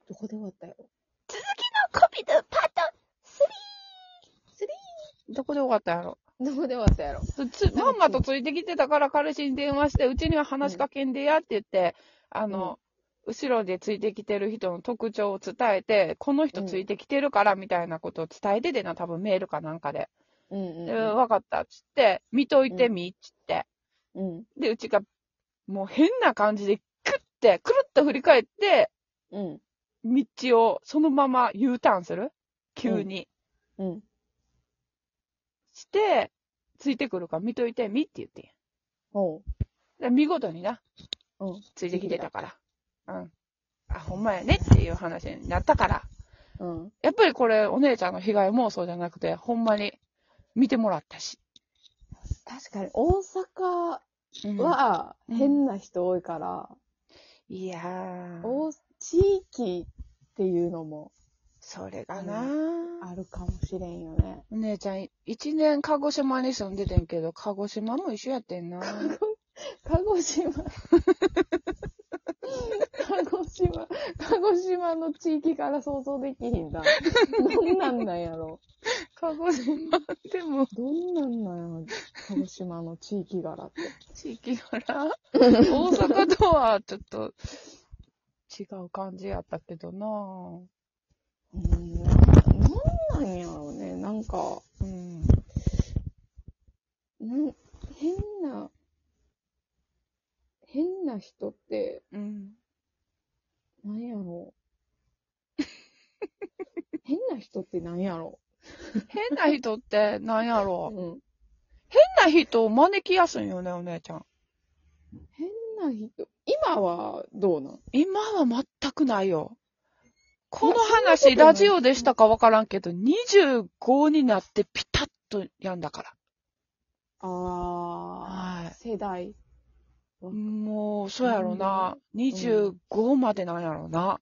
どこで終わったよ。 続きのコビドパート3。 どこで終わったやろ。 どこで終わったやろ。 まんまとついてきてたから彼氏に電話して、うちには話しかけんでやって言って、後ろでついてきてる人の特徴を伝えて、この人ついてきてるからみたいなことを伝えててな、多分メールかなんかで。わかったっつって、見といてみっつって。で、うちがもう変な感じでくるっと振り返って、道をそのまま U ターンする急に。して、ついてくるから見といてみって言ってん。見事にな、ついてきてたから。ほんまやねっていう話になったから。やっぱりこれ、お姉ちゃんの被害妄想じゃなくて、ほんまに見てもらったし。 確かに、大阪は変な人多いから、 いやー。 地域っていうのも、 それがなあるかもしれんよね。 お姉ちゃん、1年鹿児島に住んでてんけど、鹿児島も一緒やってんな。 鹿児島の地域から想像できひんな。どんなんなんやろ。 鹿児島でも。 どんなんなんやろ。鹿児島の地域柄って。 地域柄大阪とはちょっと違う感じやったけどななんなんやろうね。なんか、変な人って、なんやろう。変な人ってなんやろう。 変な人ってなんやろう。変な人を招きやすいよね、お姉ちゃん。 変な人。今はどうなん？ 今は全くないよ。この話、ラジオでしたかわからんけど、25になってピタッとやんだから。 世代。 もう、そうやろな。25までなんやろな。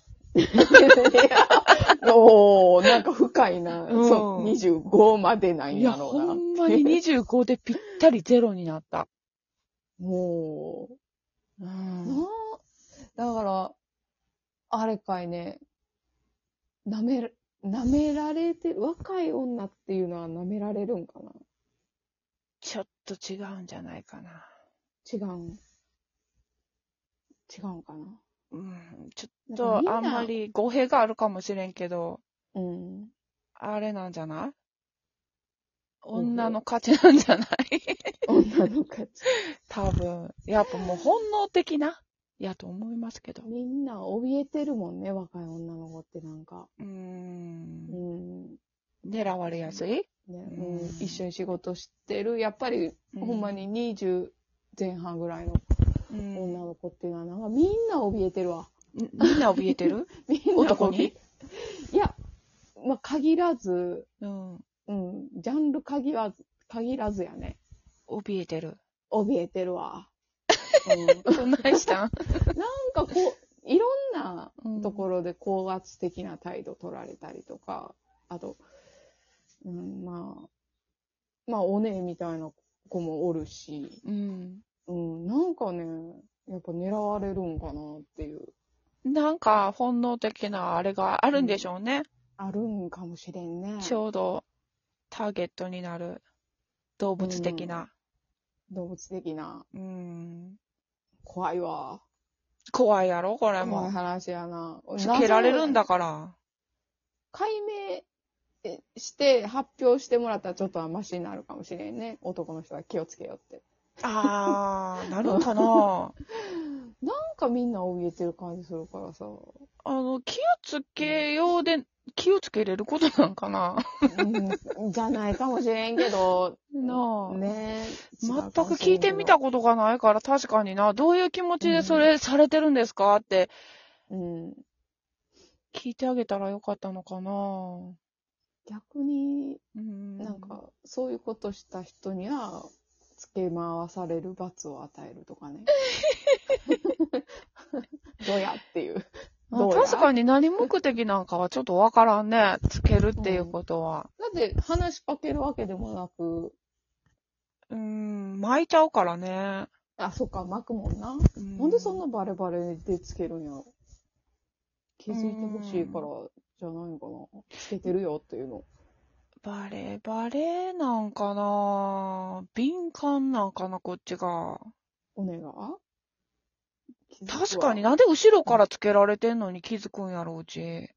なんか深いな。そう、25までなんやろうな。 いや、ほんまに25でぴったりゼロになった。 もう。だから、あれかいね。舐められてる。若い女っていうのは舐められるんかな？ ちょっと違うんじゃないかな。 違うんかな。 ちょっとあんまり語弊があるかもしれんけど、あれなんじゃない？女の価値なんじゃない？ 女の価値。 多分。やっぱもう本能的なやと思いますけど。 みんな怯えてるもんね、若い女の子ってなんか。 狙われやすい？ 一緒に仕事してる。やっぱり、ほんまに20前半ぐらいの女の子っていうのは、なんかみんな怯えてるわ。 みんな怯えてる？ みんな男に？ いや、まあ、限らず、ジャンル限らずやね。 怯えてる。 怯えてるわ。 どんなんしたん？ なんかこう、いろんなところで高圧的な態度取られたりとか、あと、まあ、お姉みたいな子もおるし、なんかね、やっぱ狙われるんかなっていう。 なんか本能的なあれがあるんでしょうね。 あるんかもしれんね。 ちょうどターゲットになる動物的な。 動物的な。怖いわ。 怖いやろこれも。 怖い話やな。 つけられるんだから。 解明して発表してもらったらちょっとはマシになるかもしれんね。男の人は気をつけよって。 なるかな。 なんかみんな怯えてる感じするからさ。 気をつけようで、気をつけれることなんかな。 じゃないかもしれんけど。 ね。全く聞いてみたことがないから確かにな。どういう気持ちでそれされてるんですかって。聞いてあげたらよかったのかな。 逆に、なんか、そういうことした人には、付け回される罰を与えるとかね。どうやっていう。 確かに何目的なんかはちょっとわからんね。つけるっていうことは。 だって話しかけるわけでもなく。 巻いちゃうからね。 あ、そっか、巻くもんな。なんでそんなバレバレでつけるんやろ。 気づいてほしいから、じゃないのかな。つけてるよっていうの。 バレバレなんかな、敏感なんかな、こっちが。 おねが気づくわ確かになんで後ろからつけられてんのに気づくんやろ、うち。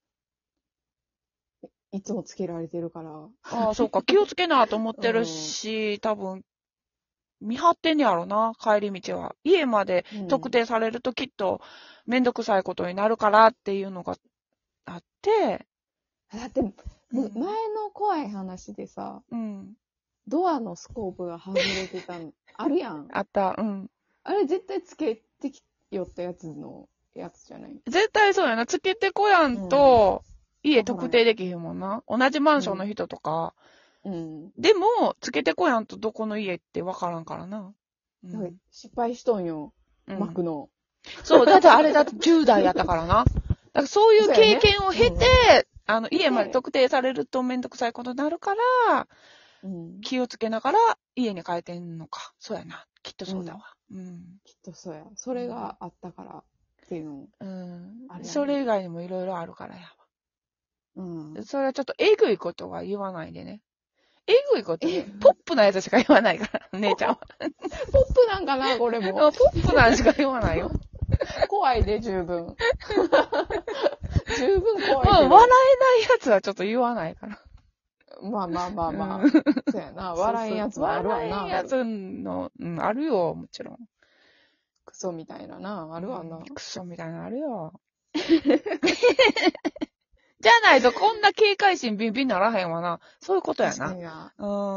いつもつけられてるから。 ああ、そうか。気をつけなと思ってるし、多分、見張ってんやろな、帰り道は。家まで特定されるときっと、めんどくさいことになるからっていうのがあって、 だって、前の怖い話でさ、 うん。 ドアのスコープが外れてたの、あるやん。 あった、うん。 あれ絶対つけてきよったやつじゃない。 絶対そうやな。つけてこやんと、家特定できへんもんな。同じマンションの人とか。 うん。 でも、つけてこやんとどこの家ってわからんからな。 だから失敗しとんよ、巻くの。 そう、だってあれだって10代やったからな。だからそういう経験を経て、家まで特定されるとめんどくさいことになるから、気をつけながら家に帰ってんのか。そうやな。きっとそうだわ。 きっとそうや。それがあったからっていうの。 それ以外にもいろいろあるからやわ。 うん。 それはちょっとえぐいことは言わないでね。えぐいことね、ポップなやつしか言わないから、姉ちゃんは。 ポップなんかな、これも。 ポップなんしか言わないよ。 怖いで、十分。十分怖いけど。 笑えないやつはちょっと言わないから。 まあ。そうやな。笑えんやつもあるわな。 笑えんやつの、あるよ、もちろん。 クソみたいなな、あるわな。 クソみたいなのあるよ。じゃないとこんな警戒心ビンビンならへんわな。そういうことやな。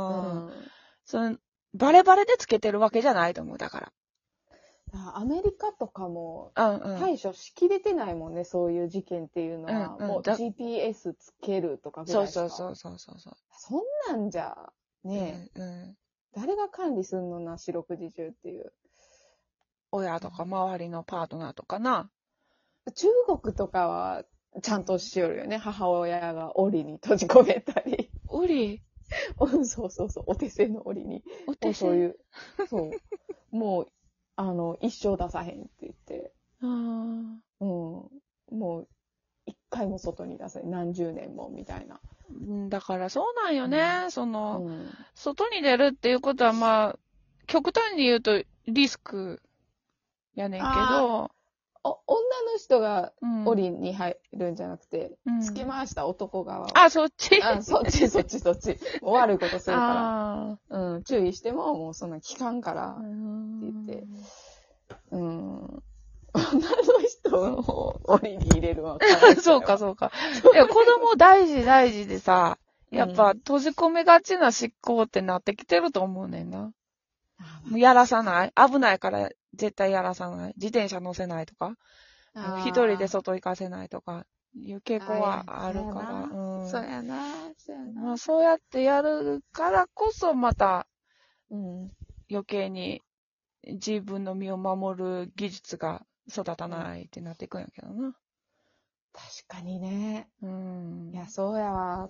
バレバレでつけてるわけじゃないと思う、だから。 アメリカとかも対処しきれてないもんね、そういう事件っていうのは。もう GPS つけるとかぐらいしか。 そう。 そんなんじゃ、ね誰が管理すんのな、四六時中っていう。 親とか周りのパートナーとかな。 中国とかはちゃんとしよるよね。母親が檻に閉じ込めたり。 檻そう。お手製の檻に。そういう。そう。もう、一生出さへんって言って。もう、一回も外に出さへん。何十年も、みたいな。 だからそうなんよね。外に出るっていうことはまあ、極端に言うとリスクやねんけど、 女の人が檻に入るんじゃなくて、つけ回した男側は。 そっちそっち。悪いことするから。注意しても、もうそんな聞かんから、って言って。女の人を檻に入れるわ。 そうか。いや、子供大事でさ、やっぱ閉じ込めがちな執行ってなってきてると思うねんな。もうやらさない。危ないから絶対やらさない。自転車乗せないとか。一人で外行かせないとか。いう傾向はあるから。 そうやな。 まあそうやってやるからこそまた、余計に自分の身を守る技術が育たないってなっていくんやけどな。 確かにね。いや、そうやわ。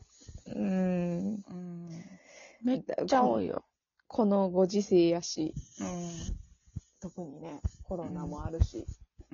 めっちゃ多いよ。 このご時世やし。特にね、コロナもあるし。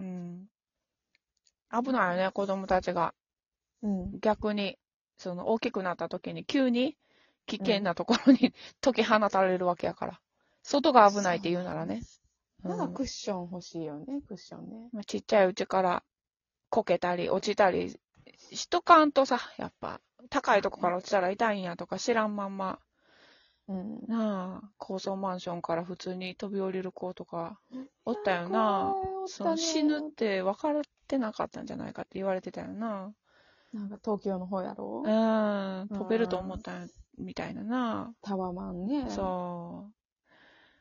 危ないよね、子供たちが。逆に、大きくなった時に急に危険なところに解き放たれるわけやから。外が危ないって言うならね。 なんかクッション欲しいよね、クッションね。 ちっちゃいうちからこけたり落ちたりしとかんとさ、やっぱ高いとこから落ちたら痛いんやとか知らんまんま。なあ、高層マンションから普通に飛び降りる子とかおったよな。死ぬって分かってなかったんじゃないかって言われてたよな。 なんか東京の方やろ？ 飛べると思ったみたいなな。 タワマンね。 そう。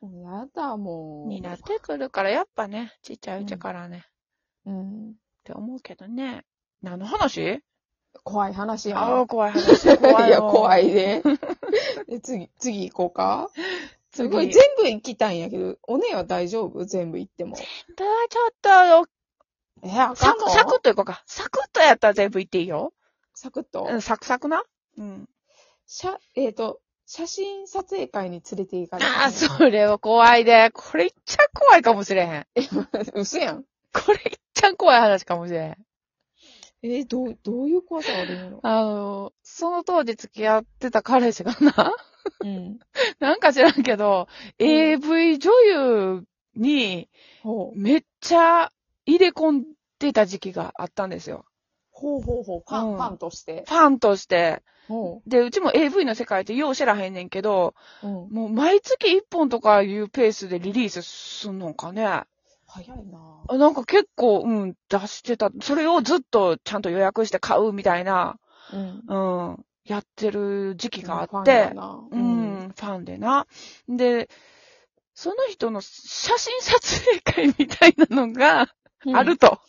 やだもん。 になってくるから、やっぱね、ちっちゃいうちからね。って思うけどね。何の話？ 怖い話やん。 怖い話。 いや、怖いで。次行こうか。すごい、全部行きたいんやけど、お姉は大丈夫？全部行っても。 全部はちょっと、サクッと行こうか。サクッとやったら全部行っていいよ。 サクッと？ サクサクな。 写真撮影会に連れて行かれた。 それは怖いで。これいっちゃ怖いかもしれへん。 嘘やん。 これいっちゃ怖い話かもしれへん。 どういう怖さあるの？ その当時付き合ってた彼氏がな、 うん。 なんか知らんけど、AV 女優にほう。 めっちゃ入れ込んでた時期があったんですよ。 ほう。フうんァンとして。 ファンとして。 ほで、うちも AV の世界ってよう知らへんねんけど、 う。うん。 もう毎月1本とかいうペースでリリースすんのかね。 早いななんか結構、出してた。それをずっとちゃんと予約して買うみたいな、 うん。 やってる時期があファンってや、な。 ファンでな。で、その人の写真撮影会みたいなのがあると。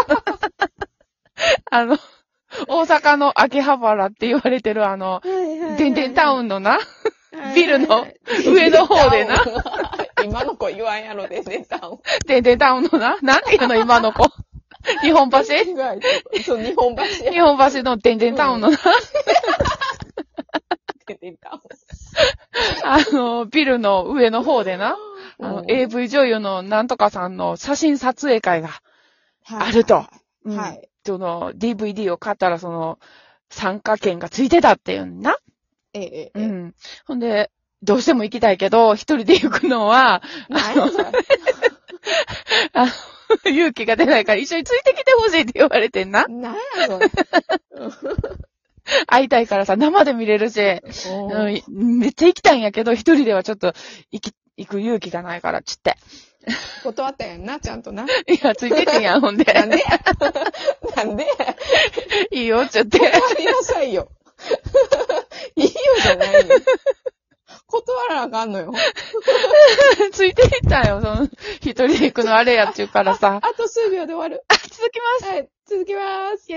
大阪の秋葉原って言われてるでんでんタウンのな、ビルの上の方でな。 今の子言わんやろ、でんでんタウン。 でんでんタウンのな、なんていうの今の子。日本橋そう、日本橋。 日本橋のでんでんタウンのな、 でんでんタウン。 ビルの上の方でな、AV 女優のなんとかさんの写真撮影会があると。 はい。 その DVD を買ったらその参加券がついてたっていうんな。ほんで、どうしても行きたいけど、一人で行くのは、勇気が出ないから一緒についてきてほしいって言われてんな。 なんやそれ。 会いたいからさ、生で見れるし、めっちゃ行きたいんやけど、一人ではちょっと行く勇気がないから、ちって。 断ったやんな、ちゃんとな。 いや、ついてってんやん、ほんで。 なんでなんでいいよ、ちょって。 断りなさいよ。いいよじゃないよ。断らなあかんのよ。 ついていったよ、一人で行くのあれやっちゅうからさ。 あと数秒で終わる。 続きます。 はい、続きます。